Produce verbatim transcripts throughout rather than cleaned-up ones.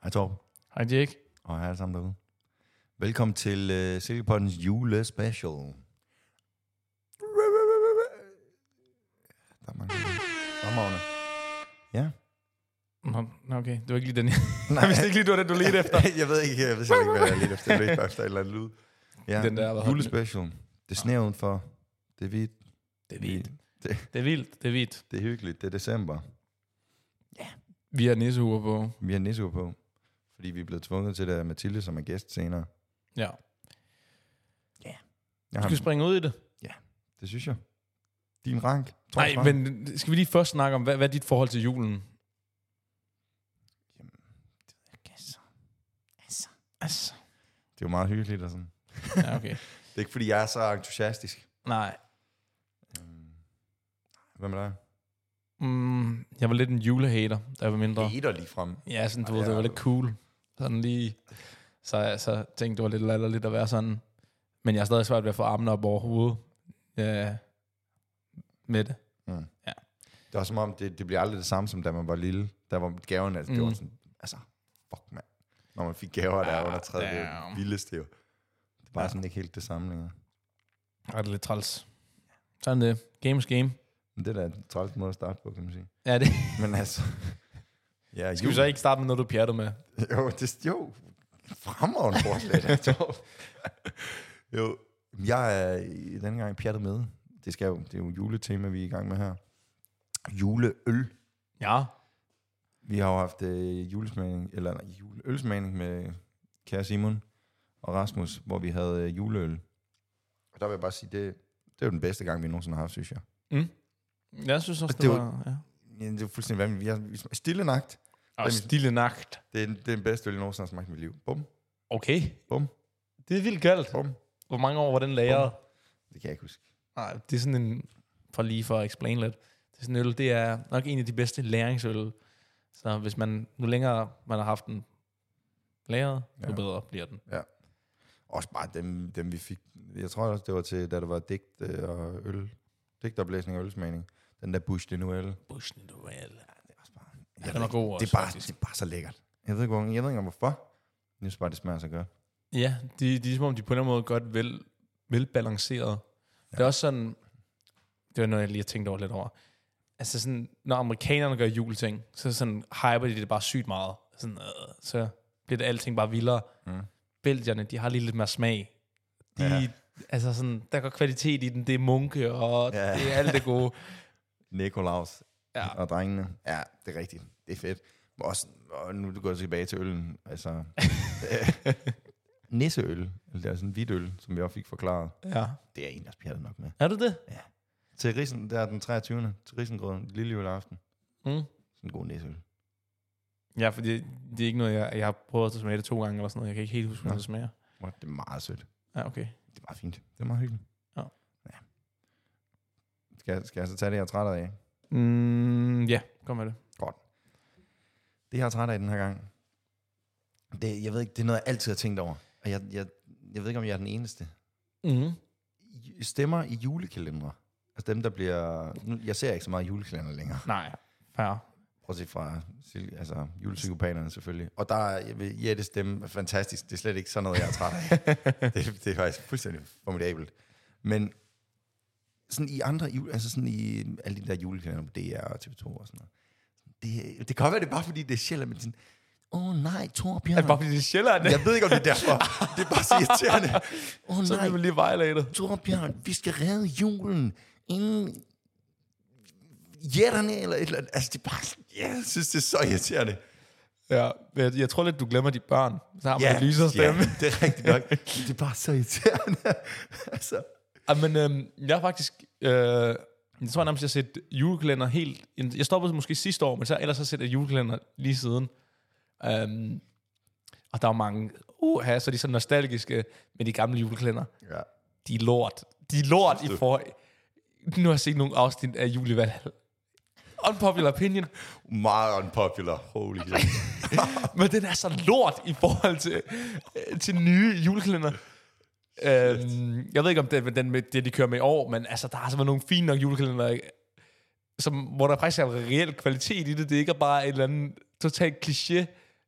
Hej Torben. Hej Jake. Og hej alle sammen derude. Velkommen til uh, Silkepoddens julespecial. Der er mange fremragende. Ja. Nå, okay. Det var ikke lige den, jeg... Nej, jeg vidste ikke lige, det var den, du ledte efter. jeg ved ikke, jeg ved ikke, hvad jeg ledte efter. Jeg ledte efter et eller andet lyd. Ja, den der, julespecial. Det sneer udenfor. Det er hvidt. Det er vildt. Det, det er vildt. Det er vildt. Det er hyggeligt. Det er december. Ja. Vi har nissehuer på. Vi har nissehuer på. Fordi vi er blevet tvunget til det af Mathilde, som er gæst senere. Ja. Ja. Du skal springe ud i det. Ja, det synes jeg. Din rank. Nej, men skal vi lige først snakke om, hvad, hvad er dit forhold til julen? Jamen, det ved jeg ikke. Altså. Altså. Altså. Det er jo meget hyggeligt og sådan. Ja, okay. Det er ikke, fordi jeg er så entusiastisk. Nej. Um, hvad med dig? Mm, jeg var lidt en julehater, da jeg var mindre. Hater lige frem. Ja, sådan, du Ej, ved, det var ja. lidt cool. Sådan lige... Så, så tænkte det var lidt latterligt at være sådan. Men jeg er stadig svært ved at få armene op over hovedet. Ja, med det. Mm. Ja. Det var som om, det, det bliver aldrig det samme, som da man var lille. Der var gaven, altså, mm. det var sådan, altså, fuck mand. Når man fik gaver der under tredje, det er det vildeste jo. Det var ja. sådan ikke helt det samme længere. Ja, det er lidt træls. Sådan det. Game is game. Men det er da en træls måde at starte på, kan man sige. Ja, det. Men altså... Ja, skal jul. Vi så ikke starte med noget, du pjatter med? Jo, det, jo. Fremragende forslag. Jo, jeg er i denne gang pjattet med. Det, skal jo, det er jo juletema, vi er i gang med her. Juleøl. Ja. Vi har jo haft øh, julesmagning, eller nej, juleølsmagning med kære Simon og Rasmus, hvor vi havde øh, juleøl. Og der vil jeg bare sige, det, det er jo den bedste gang, vi nogensinde har haft, synes jeg. Mm. Jeg synes også, det, det var... var ja. Ja, det er fuldstændig vanvittigt. Vi har, vi smager stille nagt. Og stille nagt. Det er, det er den bedste øl, jeg nogensinde har smagt i mit liv. Bum. Okay. Bum. Det er vildt galt. Bum. Hvor mange år var den lagret? Det kan jeg ikke huske. Nej, det er sådan en... For lige for at explain lidt. Det er sådan en øl, det er nok en af de bedste læringsøl. Så hvis man nu længere man har haft den lagret, jo ja. bedre bliver den. Ja. Også bare dem, dem vi fik. Jeg tror også, det var til, da der var digt og øl. Digtoplæsning og ølsmagning. Den der Bush de Noël. Bush de Noël. Ja, det er også bare... Ja, den var god også, det, er bare, det er bare så lækkert. Jeg ved ikke, hvor, jeg ved ikke hvorfor. Jeg synes bare, det smager så godt. Ja, de, de er som om, de på en eller anden måde godt vel, velbalanceret. Ja. Det er også sådan... Det var noget, jeg lige har tænkt over lidt over. Altså sådan, når amerikanerne gør juleting, så sådan hyper de det bare sygt meget. Sådan, øh, så bliver det alting bare vildere. Mm. Belgierne, de har lige lidt mere smag. De, ja. Altså sådan, der går kvalitet i den. Det er munke, og ja. Det er alt det gode. Nikolaus ja. og drengene. Ja, det er rigtigt. Det er fedt. Også, og nu du går tilbage til øllen. Altså, nisseøl, eller det er sådan en hvidt øl, som vi også fik forklaret. Ja. Det er en, der spjætter nok med. Er du det? Ja. Til risen, der er den treogtyvende til risengrøden, lille juleaften. Mm. Sådan en god nisseøl. Ja, for det, det er ikke noget, jeg, jeg har prøvet at smage det to gange eller sådan noget. Jeg kan ikke helt huske, hvordan ja. Det smager. Det er meget sødt. Ja, okay. Det er bare fint. Det er meget hyggeligt. Ja. Ja. Skal, skal jeg så tage det, jeg er træt af? Mm, ja, kom med det. Godt. Det, jeg er træt af den her gang, det, jeg ved ikke, det er noget, jeg altid har tænkt over. Og jeg, jeg, jeg ved ikke, om jeg er den eneste. Mm. Stemmer i julekalendere. Altså dem, der bliver... Nu, jeg ser ikke så meget julekalender længere. Nej, fair. Prøv at se fra altså, julepsykopaterne selvfølgelig. Og der er Jette stemme fantastisk. Det er slet ikke sådan noget, jeg er træt af. det, det er faktisk fuldstændig formidabelt. Men sådan i andre jule, altså sådan i alle de der julekalender på D R og T V to og sådan noget. Det, det kan være, det er bare fordi, det er sjældent, men sådan... Åh oh, nej, Torbjørn. Er det bare fordi, det er sjældent? Jeg ved ikke, om det er derfor. Det er bare så irriterende. Åh oh, så nej, vi lige violated. Torbjørn, vi skal redde julen inden jætterne eller et eller andet. Altså, det er bare... Ja, jeg synes, det er så irriterende. Ja, jeg, jeg tror lidt, du glemmer de børn. Så har man ja, en lysere stemme. Ja, det er rigtigt nok. Det er bare så irriterende. altså. Ja, men øhm, jeg har faktisk... Øh, jeg tror nærmest, jeg har set julekalender helt... Jeg stoppede måske sidste år, men så ellers har jeg set et julekalender lige siden. Um, og der er mange uh, her, så de er så nostalgiske med de gamle julekalender. Ja. De er lort. De er lort i for... Nu har jeg set nogle afsnit af Julevalg. Unpopular opinion. Meget unpopular. Holy shit. Men den er så lort i forhold til, til nye julekalender. Um, jeg ved ikke, om det er den med det, de kører med i år, men altså, der har simpelthen nogle fine nok julekalender, som, hvor der faktisk er en reel kvalitet i det. Det er ikke bare et eller andet totalt kliché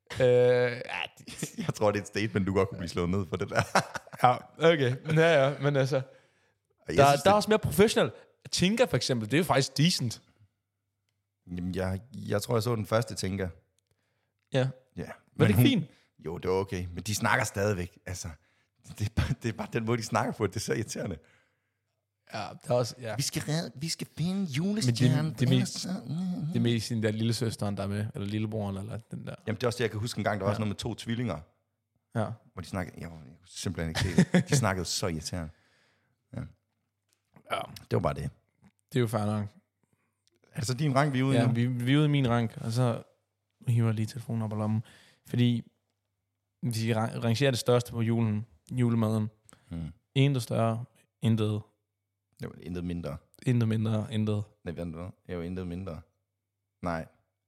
Øh, ja, Jeg tror, det er et statement, du godt kunne blive slået ned for det der. ja, okay. Ja, ja, men altså... Jeg Der, synes, der er det, også mere professionel. Tinka for eksempel, det er jo faktisk decent. jamen, jeg, jeg tror, jeg så den første, tænker. Ja. Ja. Men det er fint. Jo, det er okay. Men de snakker stadigvæk. Altså, det er, bare, det er bare den måde, de snakker på. Det er så irriterende. Ja, der er også... Ja. Vi skal, redde, vi skal finde julestjernen. Men det, det, mest, det er mest sin der lille søsteren, der er med. Eller lillebroren, eller den der. Jamen, det er også det, jeg kan huske en gang, der var Ja. også noget med to tvillinger. Ja. Hvor de snakkede... Jeg, jeg kunne simpelthen ikke se det. De snakkede så irriterende. Ja. Ja. Det var bare det. Det er jo fair nok. Er det så din rang, vi er ude i Ja, nu? vi, vi er ude i min rank, og så hiver jeg lige telefonen op og lommen. Fordi vi ra- rangerer det største på julen, julemaden. Hmm. Intet større, intet, Det var intet mindre. intet mindre, intet. Nej, vent, hvad? Jeg var intet mindre. Nej.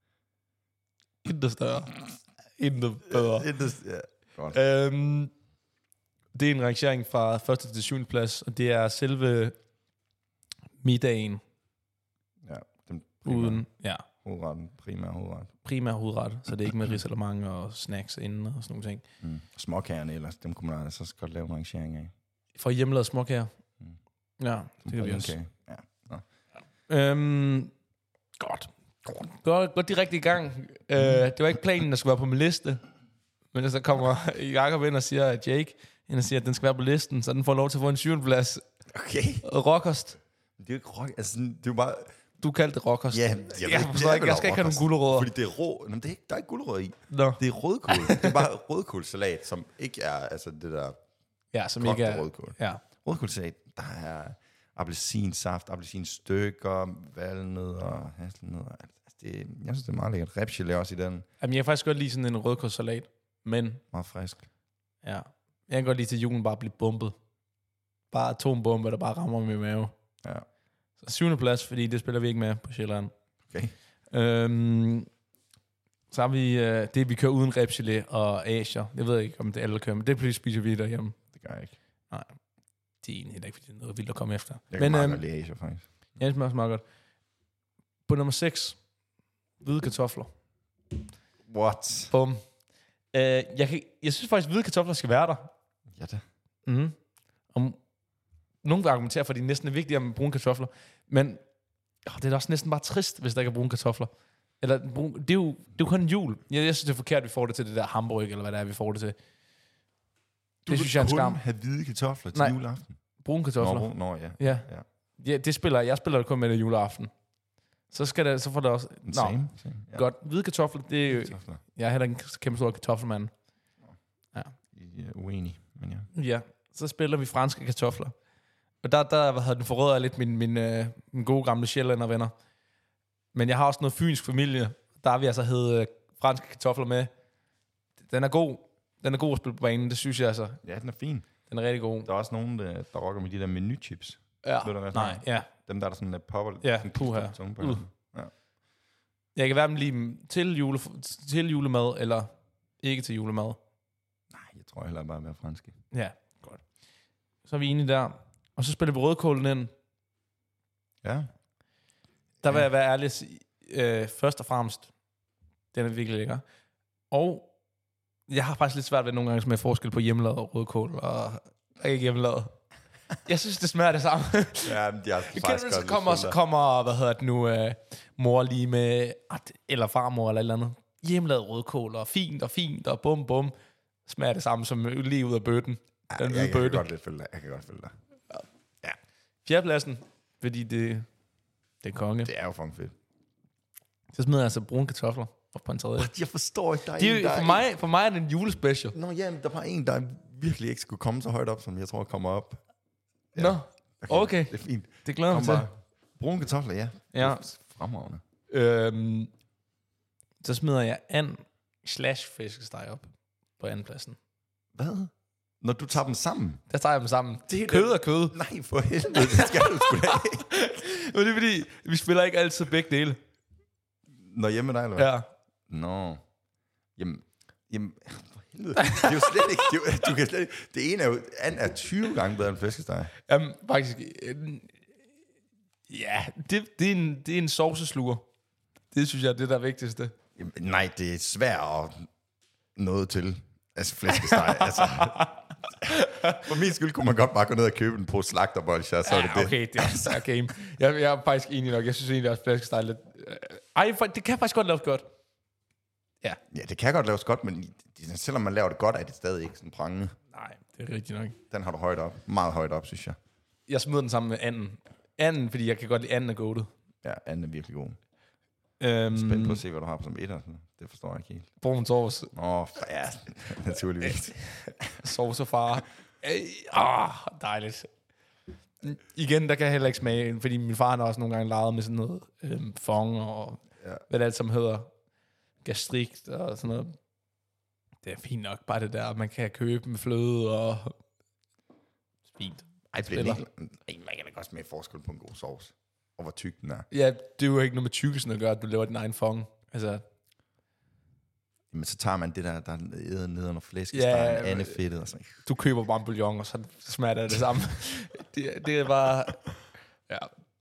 Intet større, intet bedre. Intet, ja. Godt. Øhm, det er en rangering fra første til syvende plads, og det er selve middagen Ja, den primære uden ja, hovedretten. Primær hovedret. primær hovedret, så det er ikke med risalemang og snacks inden og sådan nogle ting. Mm. Småkagerne ellers, dem kunne man altså godt lave en rangering af. For hjemmelavet småkager. Mm. Ja, det kan vi også. Okay. Ja. Nå. Øhm, godt. Gå, gå direkte i gang. Øh, det var ikke planen, der skulle være på min liste. Men så kommer Jacob ind og siger, at Jake ind og siger, at den skal være på listen, så den får lov til at få en syvende plads. Okay. Råkost. Det er jo ikke rock, altså sådan, det er jo bare... Du kaldte det råkost. Ja, jeg, jeg, jeg, forstår ikke, jeg skal ikke have nogle gulerødder. Fordi det er rå... Nå, det er ikke, der er ikke gulerødder i. Nå. Det er rødkål. Det er bare rødkålsalat, som ikke er altså det der Ja, som ikke er... rødkål. Ja. Rødkålsalat, der er appelsinsaft, appelsinstykker, valnødder, hasselnødder. Altså det, jeg synes, det er meget lækkert. Repgelé også i den. Jamen, jeg kan faktisk godt lide sådan en rødkålssalat, men Meget frisk. ja, jeg kan godt lide til julen bare at blive bumpet. Bare atombomber, der bare rammer min mave. Ja. Så syvende plads, fordi det spiller vi ikke med på Sjælland. Okay. Øhm, så har vi øh, det, vi kører uden repgelé og asier. Jeg ved ikke, om det alle kører, men det spiser vi derhjemme. Det gør jeg ikke. Nej, det er egentlig heller ikke, fordi det er noget vildt at komme efter. Jeg men kan meget øhm, godt lide Asia, faktisk. ja, det smager også meget godt. På nummer seks, hvide kartofler. What? Bum. Øh, jeg, kan, jeg synes faktisk, at hvide kartofler skal være der. Ja da. Mm. Om, nogen vil argumentere for, at de næsten er vigtigere med brune kartofler, men åh, det er da også næsten bare trist, hvis der ikke er brune kartofler. Eller, brun, det, er jo, det er jo kun en jul. Jeg, jeg synes, det er forkert, at vi får det til det der hamburg, eller hvad det er, vi får det til. Du Det synes jeg er en kun skam. have hvide kartofler til Nej. juleaften. Brune kartofler. Nå, nå, ja. Ja. Ja. Ja, det spiller jeg. spiller det kun med det juleaften. Så skal det, så får det også... Nå, Same. Same. Ja. godt. Hvide kartofler, det er jo... Kartofler. Jeg er heller ikke en kæmpe stor kartoffelmand. I er uenige, men ja. Ja, så spiller vi franske kartofler. Og der, der hvad hedder den, forråder jeg lidt min, min, øh, min gode gamle sjællander venner. Men jeg har også noget fynsk familie. Der har vi altså hed øh, franske kartofler med. Den er god. Den er god at spille på banen, det synes jeg altså. Ja, den er fin. Den er rigtig god. Der er også nogen, der, der rocker med de der menuchips. Ja, Ved du, hvad jeg nej, snakker? ja. Dem der, der sådan, uh, popper. Ja, sådan, puha. tunge på Uh. hinanden. Ja. Jeg kan hverken lide dem til, jule, til julemad, eller ikke til julemad. Nej, jeg tror heller bare at være franske. Ja, godt. Så er vi enige der. Og så spiller vi rødkålen ind. Ja. Der vil jeg være ærlig at sige, øh, først og fremmest, den er virkelig lækker. Og jeg har faktisk lidt svært ved nogle gange med forskel på hjemmelavet rødkål og ikke hjemmelavet. Jeg synes, det smager det samme. Ja, men de har Kan du, så kommer, så kommer, hvad hedder det nu, øh, mor lige med, eller farmor eller et eller andet. Hjemmelavet rødkål, og fint og fint, og bum bum. Smager det samme som lige ud af bøtten. Ja, Den jeg, hvide jeg, kan bøtte. godt lidt følge dig. Jeg kan godt følge dig. Fjerdepladsen, fordi det, det er konge. Det er jo fucking fedt. Så smider jeg altså brune kartofler op på en tredje. Jeg forstår ikke, der er De, en, der for, er mig, for mig er det en julespecial. en. Nå ja, men der var en, der virkelig ikke skulle komme så højt op, som jeg tror kommer op. Ja. Nå, okay. Det er fint. Det glæder mig Kom til. bare. Brune kartofler, ja. Ja. Det er fremragende. Øhm, så smider jeg and slash fiskesteg op på andenpladsen. Hvad? Når du tager dem sammen? Der tager jeg dem sammen. Det er kød det. og kød. Nej, for helvede, det skal du sgu da ikke. Men det er fordi, vi spiller ikke altid begge dele. Når hjemme med dig, eller hvad? Ja. Nå. Jamen, jamen, for helvede. Det er jo slet ikke, det, er, jo- du kan slet ikke, det ene er jo, and er tyve gange bedre end flæskesteg. Jamen, faktisk, øh, ja, det, det, er en, det er en sovsesluger. Det synes jeg er det, der er vigtigste. Jamen, nej, det er svært at, noget til. Altså flæskesteg, altså. For min skyld kunne man godt bare gå ned og købe en pose slagterbolcher, så er det ja, det. okay, det er også en game. Jeg, jeg er faktisk enig nok. Jeg synes egentlig også, flæskesteg er lidt... Ej, det kan faktisk godt laves godt. Ja. Ja, det kan godt laves godt, men selvom man laver det godt, er det stadig ikke sådan prangende. Nej, det er rigtigt nok. Den har du højt op. Meget højt op, synes jeg. Jeg smider den sammen med anden. Anden, fordi jeg kan godt lide anden af goated. Ja, anden er virkelig god. Øhm, Spændt på at se, hvad du har på som etter. Det forstår jeg ikke helt. brun sovs. Åh, oh, ja, naturligvis. Sovs og far. Ah, dejligt. Igen, der kan jeg heller ikke smage, fordi min far har også nogle gange leget med sådan noget øhm, fong og Ja. hvad det alt som hedder. Gastrikt og sådan noget. Det er fint nok, bare det der, man kan købe med fløde og... Fint. Ej, det er ikke... Ej, man kan da godt smage forskel på en god sovs. Og hvor tyk den er. Ja, det er jo ikke noget med tykkelsen at gøre, at du laver din egen fong. Altså... Men så tager man det der, der er nede under flæskesteg, Ja, ja, andefedtet og sådan. Du køber bare en bouillon, og så smager det det samme. det, det er bare... Ja.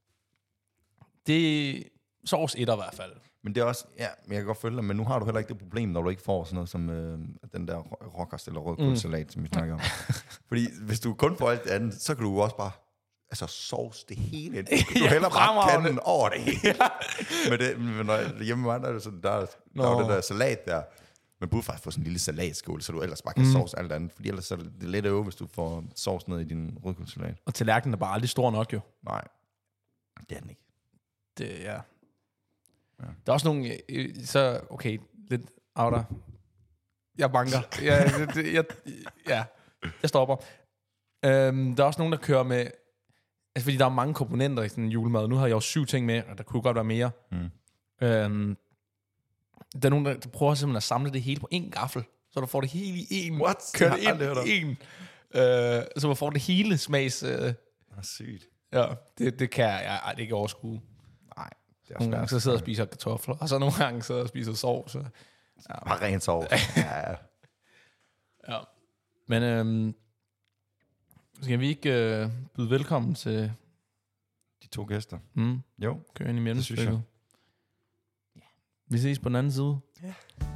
Det er sovs etter i hvert fald. Men det er også, ja, men jeg kan godt følge dig, men nu har du heller ikke det problem, når du ikke får sådan noget som øh, den der råkost eller rødkålsalat, mm. som vi snakker om. Fordi hvis du kun får alt det andet, så kan du også bare, altså sovs det hele. Du Ja, hælder bare fremragende. kanden over det hele. Men det, men når jeg, hjemme med mig, der er det sådan, der, er- der er jo Nå. den der salat der. Man burde faktisk få sådan en lille salatskål, så du ellers bare kan mm. sovs alt andet. Fordi ellers så er det lidt øve, hvis du får sovs ned i din rødkålsalat. Og tallerkenen er bare aldrig stor nok, jo. Nej, det er den ikke. Det, ja. Ja. Der er også nogle, øh, så, okay, lidt outer. Jeg banker. Ja, det, det, jeg, ja, jeg stopper. Øhm, der er også nogen, der kører med, altså fordi der er mange komponenter i sådan en julemad. Nu har jeg jo syv ting med, og der kunne godt være mere. Mm. Øhm, der er nogen, der prøver simpelthen at samle det hele på én gaffel, så du får det hele i én. What? Kører Det har det jeg aldrig ind i én. Øh, så man får det hele smags... Øh, Det er sygt. ja, det, det kan jeg, jeg, jeg det ikke overskue. Nej, det er Nogle gange svært. så sidder jeg og spiser kartofler, og så nogle gange sidder jeg og spiser sovs. Så. Bare rent sovs. Ja. Ja. Men øhm, skal vi ikke øh, byde velkommen til De to gæster. mm, Jo. køre ind i mellemstykket? jeg. Ja. Vi ses på den anden side. Ja.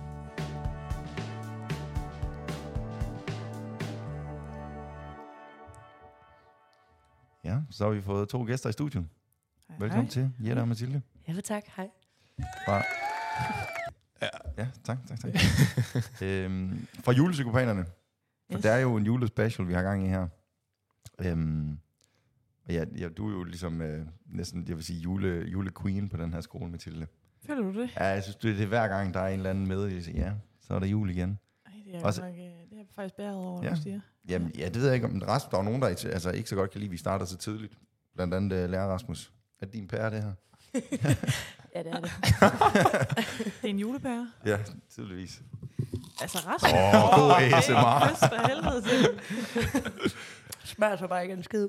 Ja, så har vi fået to gæster i studiet. Hej, Velkommen hej. til, Jette og Mathilde. Ja, tak. Hej. Fra... Ja. ja, tak, tak, tak. øhm, fra Julepsykopanerne. For Yes. det er jo en julespecial, vi har gang i her. Øhm, og ja, ja, du er jo ligesom øh, næsten, jeg vil sige, jule, julequeen på den her skole, Mathilde. Føler du det? Ja, jeg synes, det er hver gang, der er en eller anden med, og jeg siger, ja, så er der jul igen. Ej, det er, Også- nok, øh, det er jeg faktisk bæret over, Ja. ja. du siger. Jamen, ja, det ved jeg ikke, om resten, der er nogen, der ikke, altså, ikke så godt kan lide, at vi starter så tidligt. Blandt andet uh, lærer Rasmus. Er det din pære, det her? Ja, det er det. Det er en julepære. Ja, tydeligvis. Altså resten. Åh, god A S M R. Fest for helvede til. Smager så bare ikke en skid.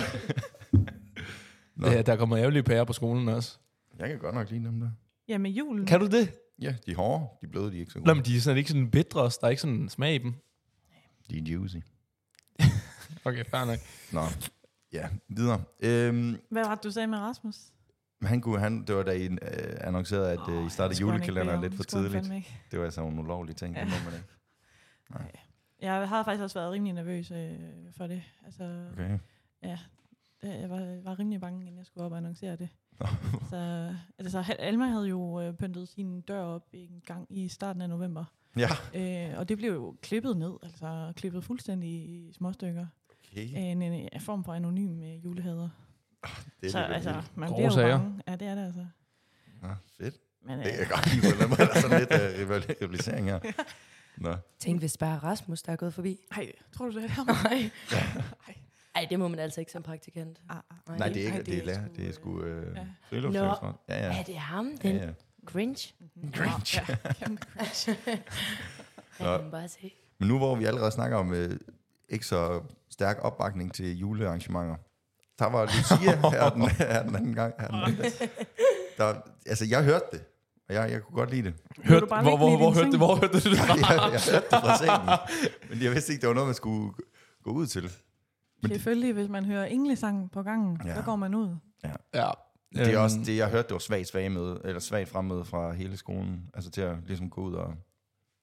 Nå. Ja, der kommer ærgerlige pærer på skolen også. Jeg kan godt nok lide dem der. Ja, med julen. Kan du det? Ja, de er hårde, de er bløde, de er ikke så gode. Nå, men de er sådan ikke sådan bitre, der er ikke sådan smag i dem. De er juicy. Okay, fair nok. Nå, ja, videre. Øhm, Hvad var det, du sagde med Rasmus? men han kunne, han, det var da I øh, annoncerede, at øh, I startede julekalenderen lidt for tidligt. Ikke. Det var altså en ulovlig ting, Ja. det må man ikke. Nej. Jeg har faktisk også været rimelig nervøs øh, for det. Altså, Okay. ja, det- jeg var, var rimelig bange, inden jeg skulle op og annoncere det. Nå. Så, altså, Alma havde jo øh, pyntet sin dør op en gang i starten af november. Ja. Øh, og det blev jo klippet ned, altså klippet fuldstændig i småstykker. Okay. Af en, en, en form for anonym øh, julehader. Det er Så lidt altså, vildt. man Grove bliver jo sager. bange. Ja, det er det altså. Nå, fedt. Men, Det kan øh, jeg godt lide på en eller anden måde. Der er sådan lidt uh, rival- rivalisering her. Nå. Tænk, hvis bare Rasmus, der er gået forbi. ej, tror du, det er ham? Nej. Ej, det må man altså ikke som praktikant. Ah, ah. Nej, det er ej, ikke, det er lærer. Det er sgu øh, ja. friluftsførsel. Ja, ja. Er det ham, Ja, den ja. Grinch? Grinch. Ja, kæmpe cringe. Det kan man bare se. Men nu hvor vi allerede snakker om øh, ikke så stærk opbakning til julearrangementer, der var Lucia her den, her den anden gang. Her den anden dag. Der, altså, jeg hørte det, og jeg, jeg kunne godt lide det. Hørte, du bare hvor, ligge hvor, i hvor, din hørte seng? det, hvor hørte du det? Jeg, jeg, jeg hørte det fra sengen, men jeg vidste ikke, det var noget, man skulle gå ud til. Men det, Selvfølgelig, hvis man hører englesang på gangen, Ja. så går man ud. Ja. det er Øhm, også det, jeg hørte, det var svagt svagt med, eller svagt fremmøde fra hele skolen, altså til at ligesom gå ud og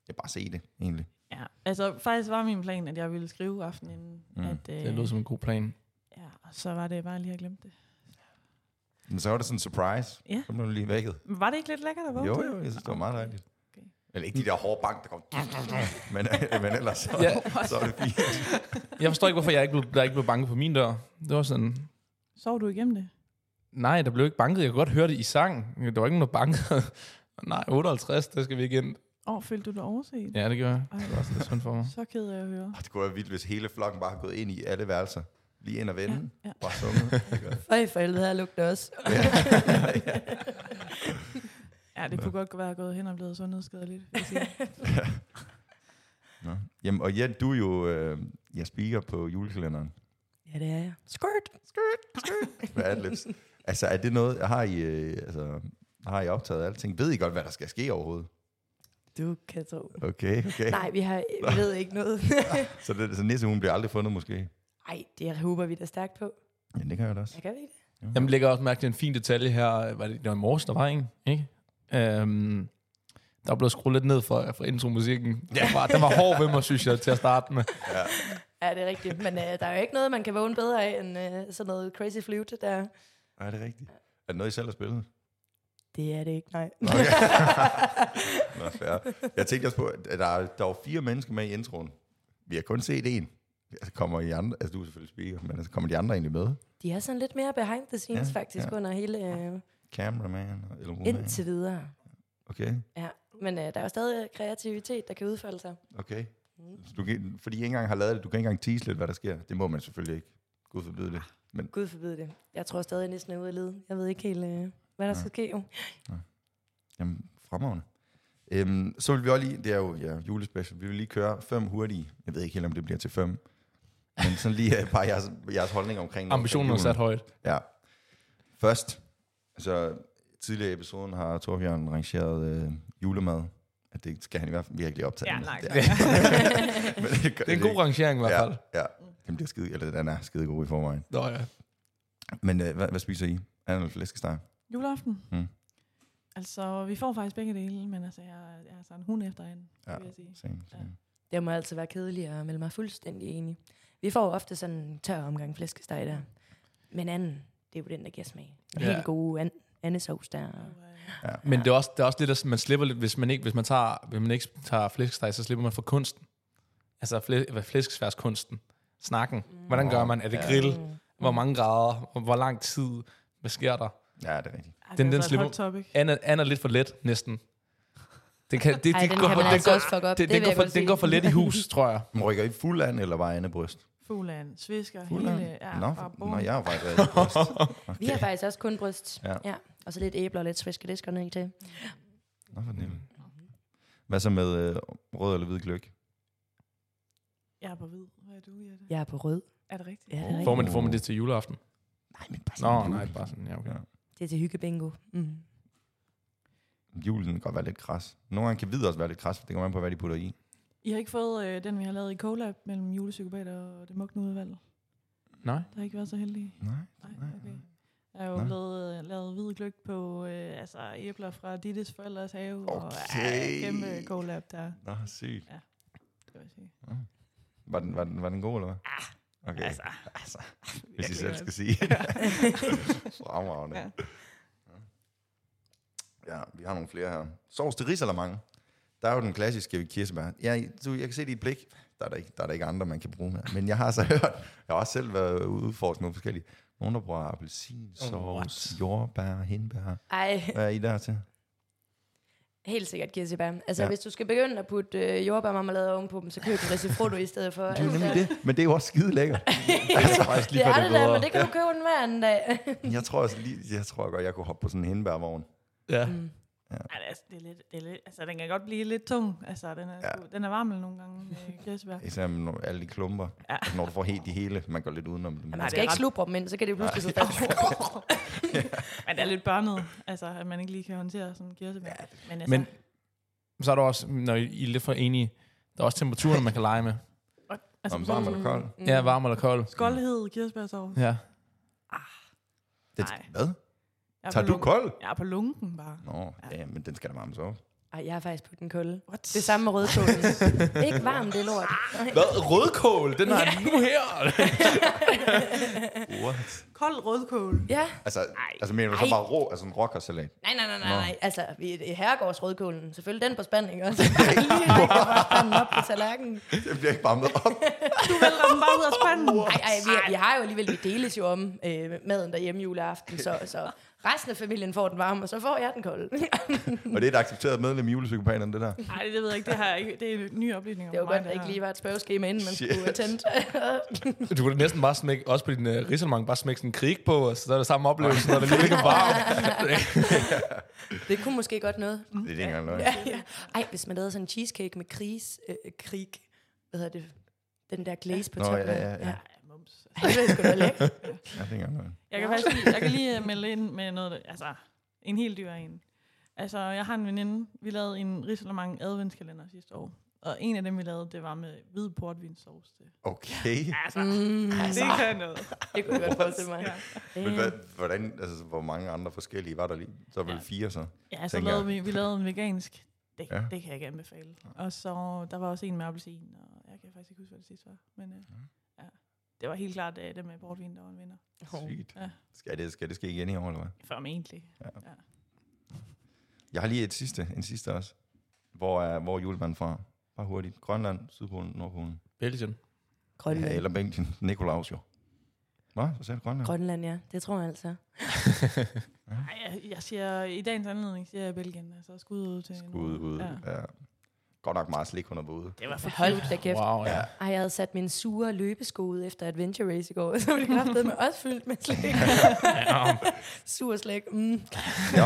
Jeg bare se det, egentlig. Ja, altså faktisk var min plan, at jeg ville skrive aftenen inden. Mm. At, øh, Det lød som en god plan. Ja, og så var det bare lige at glemme det. Men så var det sådan en surprise. Ja. Så blev du lige vækket. Men var det ikke lidt lækkert at vågne Jo, til? jo, jeg synes, det var meget dejligt. Okay. Eller ikke de der hårde bank, der kom. men, men ellers så, Ja. så var det fint. Jeg forstår ikke, hvorfor jeg ikke blev, der ikke blev banket på min dør. Det var sådan... Sov du igennem det? Nej, der blev ikke banket. Jeg kunne godt høre det i sang. Der var ikke nogen, der bankede. Nej, otteoghalvtreds, der skal vi ikke ind. Åh, oh, følte du dig overset? Ja, det gør jeg. Ej, Det var også lidt sundt for mig. så ked af at høre. Oh, det kunne være vildt, hvis hele flokken bare havde gået ind i alle værelser. Lige ind og vende. Ja, ja. Bare sunget. Det gør det. Øj, for helvede, her lugter også. Ja, det kunne godt være gået hen og blevet sundhedsskadeligt, vil jeg sige. Nå. Jamen, og Jen, du er jo øh, jeg speaker på julekalenderen. Ja, det er jeg. Skirt. Med adlibs. Altså, er det noget, har I, øh, altså, har I optaget alting? Ved I godt, hvad der skal ske overhovedet? Du kan tro. Okay, okay. Nej, vi, har, vi ved ikke noget. Så, det, så næste uge bliver aldrig fundet, måske? Nej, det håber vi da stærkt på. Ja, det kan jeg da også. Jeg kan vi ikke det? Jamen, lægger også mærke til en fin detalje her. Var det, det var i morges, der var en, ikke? Øhm, der blev skruet lidt ned for, for intromusikken. Ja. Den, var, den var hård ved mig, synes jeg, til at starte med. Ja. Ja, det er rigtigt. Men øh, der er jo ikke noget, man kan vågne bedre af, end øh, sådan noget crazy flute der. Er det rigtigt? Er det noget, I selv har spillet? Det er det ikke, nej. Okay. Nå, fair. Jeg tænkte også på, at der er, der er fire mennesker med i introen. Vi har kun set en. Altså kommer I andre, altså du er selvfølgelig speaker, men altså kommer de andre egentlig med? De er sådan lidt mere behind the scenes Ja, faktisk ja. under hele... Øh, Cameraman og eller indtil videre. Okay, Ja, men øh, der er jo stadig kreativitet, der kan udfolde sig. okay. Så du kan, fordi I ikke engang har lavet det, du kan ikke engang tease lidt, hvad der sker. Det må man selvfølgelig ikke. Gud forbyde det. Men Gud forbyde det. Jeg tror stadig, at næsten er ude af led. Jeg ved ikke helt, øh, hvad der skal ske jo. jamen, fremragende. Øhm, så vil vi også lige, det er jo ja, julespecial, vi vil lige køre fem hurtige. Jeg ved ikke helt, om det bliver til fem. Men sådan lige et par jeres, jeres holdning omkring... Ambitionen er omkring sat julen. højt. Ja. Først, altså tidligere i episoden har Torbjørn rangeret øh, julemad. At det skal han i hvert fald, vi har ikke lige optaget Ja, den. nej, det, tak. men det, Det er en god rangering i hvert fald. Ja, ja. Den bliver skide, eller den er skide god i forvejen. Nå ja. Men øh, hvad, hvad spiser I? Anden eller flæskesteg? Juleaften? Mm. Altså, vi får faktisk begge dele, men altså, jeg, jeg er sådan en hund efter en, Ja, vil jeg sige. same, same. Det må altid være kedeligt at melde mig fuldstændig enig. Vi får ofte sådan en tør omgang flæskesteg der. Men anden, det er jo den, der giver smag. Den Ja. helt gode an- andesovs der. Ja. Men det er også, det er også lidt, at man slipper lidt, hvis man ikke, hvis man tager, hvis man ikke tager flæskesteg, så slipper man for kunsten. Altså flæ, flæskesværskunsten. Snakken. Hvordan gør man? Er det grill? Mm. Hvor mange grader? Hvor lang tid? Hvad sker der? Ja, det er rigtigt. Ja, Den- det er den altså et slipper- hot topic. Anna, Anna er lidt for let, næsten. Det kan, det, Ej, det den går, kan for, man det altså går, også fuck op. det, Det det, vil går jeg for, godt den sige. går for let i hus, tror jeg. Men rykker I fuld an, eller bare andebryst? Fugland, svisker, Fuld an? hele... Ja, Nå, bare nå, bord. jeg har faktisk været bryst. Okay. Vi har faktisk også kun bryst. Ja. Ja. Og så lidt æbler og lidt sviskedisker ned til. Nå, for den Hvad så med øh, rød eller hvid gløgg? Jeg er på hvid. Hvad er du, Jette? Jeg er på rød. Er det rigtigt? Ja, det er rigtigt. Får man, får man det til juleaften? Nej, men bare Nå, sådan nej, jul. bare sådan, ja, okay. Ja. Det er til hyggebingo. Mm. Julen kan godt være lidt kras. Nogle gange kan hvid også være lidt kras, for det kommer an på, hvad de putter i. I har ikke fået øh, den, vi har lavet i collab mellem julepsykopater og det mugne udvalg. Nej. Der har ikke været så heldige. Nej. Nej, Nej, okay. Der er jo Nå. blevet øh, lavet hvid gløgg på øh, altså æbler fra Dittes forældres have. Og Okay. øh, kæmpe collab der, Nå, sygt. skal jeg sige. Var den, var den, var den god, eller hvad? Okay. Altså, altså hvis I Jeg selv kan skal sige. Fremragende. Ja. Ja, vi har nogle flere her. Sovs til risalamande. Der er jo den klassiske kirsebær. Ja, du, jeg kan se det i et blik. Der er der, ikke, der er der ikke andre, man kan bruge med. Men jeg har så hørt, jeg har også selv været udfordret nogle forskellige. Nogen, der bruger appelsinsauce, What? jordbær, hindbær. Ej, Hvad er I der til? helt sikkert kirsebær. Altså, Ja. ja. hvis du skal begynde at putte øh, jordbærmarmelade ovenpå dem, så køb en risifrotto i stedet for. Det er jo Altså, nemlig det. Men det er jo også skide lækkert. Altså, faktisk det lige før er det det er der, bedre. men det kan du købe den hver anden dag. Jeg tror, også lige, jeg tror godt, jeg kunne hoppe på sådan en hindbærvogn. Ja. Mm. ej, det er, det er lidt, det er lidt, altså den kan godt blive lidt tung. Altså den er, Ja. ja. den er varmel nogle gange med kirsebær. Især med når- alle de klumper. Ja. Altså, når du får helt de hele, man går lidt udenom dem. Ja, Nej, man det skal er ikke ret- slubre dem ind, så kan det jo pludselig sidde fast. Men det er lidt børnet, altså at man ikke lige kan håndtere sådan en kirsebær. Ja, men, altså, Men så er der også, når I er lidt for enige, der er også temperaturen, man kan lege med. altså, Om varm eller kold? Mm. Ja, varm eller kold. Skoldhed, kirsebærsovs. Ja. Det, Nej. hvad? Jeg er Tager på du lun- kold? Jeg er på lunken bare. Nå, ja, men den skal da varmes op. Ej, jeg har faktisk på den kolde. What? Det samme med rødkålen. Ikke varm, det er lort. Hvad? Rødkål? Den har jeg nu her. What? Kold rødkål. Ja. Altså, altså mener du så Ej. bare rå, altså en rockersalat? Nej, nej, nej, nej, Nå. nej. Altså, vi er herregårds rødkålen. Selvfølgelig den på spanden, ikke også? Bare lige rækker bare spanden op på tallerkenen. Det bliver ikke varmet op. Du vælter den bare ud af spanden. Ej, ej, vi, vi har jo alligevel, vi deles jo om øh, maden derhjemme juleaften, så, så resten af familien får den varme, og så får jeg den kolde. Og det er et accepteret medlem i julepsykopanerne, det der. Nej, det ved jeg ikke. Det, har jeg ikke. Det er nye oplysninger. Det var for mig, godt, der ikke her. lige var et spørgeskema, inden man Shit. skulle attende. Du kunne næsten bare smække, også på din uh, risalemang, bare smække sådan en krig på, og så er det samme oplevelse, når det lige ligger varmt. Det kunne måske godt noget. Det er ikke engang løgn. Ja, ja. Ej, hvis man lavede sådan en cheesecake med kris, øh, krig, hvad hedder det, den der glaze på Nå, toppen. ja, ja, ja. Ja, mums. Ej, det er sgu da lækkert. Ja, det er ikke engang løgn. Jeg kan faktisk lige, jeg kan lige øh, melde ind med noget, altså en helt dyr en. Altså, jeg har en veninde, vi lavede en risalemang adventskalender sidste år. Og en af dem, vi lavede, det var med hvid portvinsauce til. Okay. Altså, Mm, det kan noget. det kunne jeg godt forestille mig. Ja, Men hvad, hvordan, altså, hvor mange andre forskellige var der lige? Så var det Ja. fire så? ja så tænker lavede jeg. vi, vi lavede en vegansk. Det, Ja. ja. det kan jeg ikke anbefale. Og så, der var også en med appelsin, og jeg kan faktisk ikke huske, hvad det sidste var. Men øh, ja, det var helt klart øh, det med portvin, der var en vinder. Sygt. Ja. Skal det, skal det ske igen i år, eller hvad? Formentlig. Ja. Ja. Jeg har lige et sidste, en sidste også. Hvor er, hvor er julemanden fra? Bare hurtigt. Grønland, Sydpolen, Nordpolen. Belgien. Grønland. Ja, eller Belgien. Nikolaus jo. Hvad? Så sagde du Grønland? Grønland, ja. Det tror jeg altså. Ej, jeg, jeg siger, i dagens anledning siger jeg Belgien. Altså skud ud til... Skud ud. Ja. Ja. Godt nok meget slik, hun har ude. Det var for Hold cute. da kæft. Wow, ja. Ja. Ej, jeg havde sat min sure løbesko ud efter Adventure Race i går, så var det kraftedeme med også fyldt med slik. ja. Sur slik. Mm. Ja.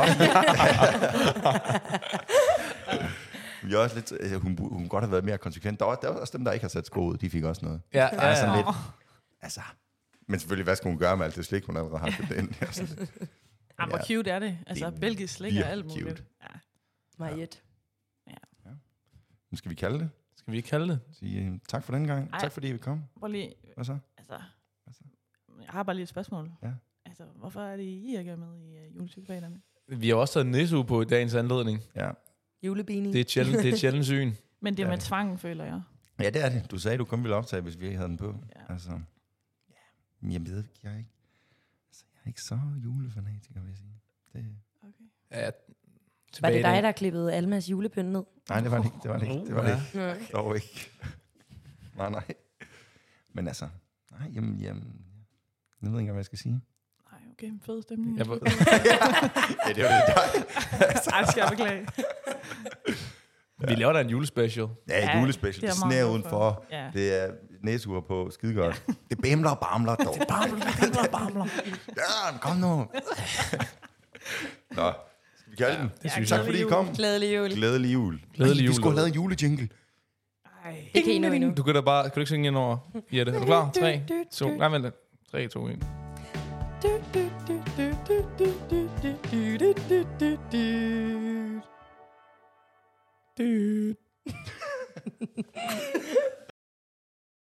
Vi er også lidt, altså, hun, hun kunne godt have været mere konsekvent. Der var, der var også dem, der ikke har sat sko ud. De fik også noget. Ja, Der er ja, sådan ja. lidt, altså... Men selvfølgelig, hvad skal hun gøre med alt det slik, hun allerede har købt ind? Altså, Ah, hvor Ja. cute er det? Altså, Det er belgisk slik og virkelig alt muligt. cute. Ja. Mariette. nu skal vi kalde det. Skal vi ikke kalde det? Sige uh, tak for den gang. Ej. Tak fordi vi kom. Prøv lige, Hvad så? altså... Altså. Jeg har bare lige et spørgsmål. Ja. Altså, hvorfor er det, I ikke er med i uh, julepsykopanerne? Vi har også taget Nissu på i dagens anledning. Ja. Julebini. Det er et sjældent, det er et sjældent syn. Men det er Ja. med tvang, føler jeg. Ja, det er det. Du sagde, du kun ville optage, hvis vi ikke havde den på. Ja. Altså, ja. Men jeg ved ikke, jeg er ikke, altså, jeg er ikke så julefanatiker, vil jeg sige. Det, Okay. Ja, Var tilbage det i dig, den. der klippede Almas julepynt ned? nej, det var det ikke. Det var det ikke. Det var det ikke. Nej. Dog ikke. nej, nej. Men altså, nej, jamen, jamen, jeg ved ikke, hvad jeg skal sige. Nej, okay. Fed stemning. Jeg var- ja, det var det dig. Ej, skal jeg beklage. Vi laver da en julespecial. Ja, et Ja, julespecial. det er Det meget sneer godt udenfor. Ja. Det er næsure på skidegodt. Det bimler og bamler dog. Det bamler, bimler, bamler. Ja, kom nu. Nå, skal vi kalde den? Det synes jeg. Tak fordi I kom. Glædelig jul. Glædelig jul. Glædelig Ej, jul. Vi skulle have lavet en julejingle. Ej. Det kan I nå endnu. Du kan da bare, kan du ikke synge ind over Jette? Er du klar? tre, to, nej vent lidt. tre, to, et. Du, du, du.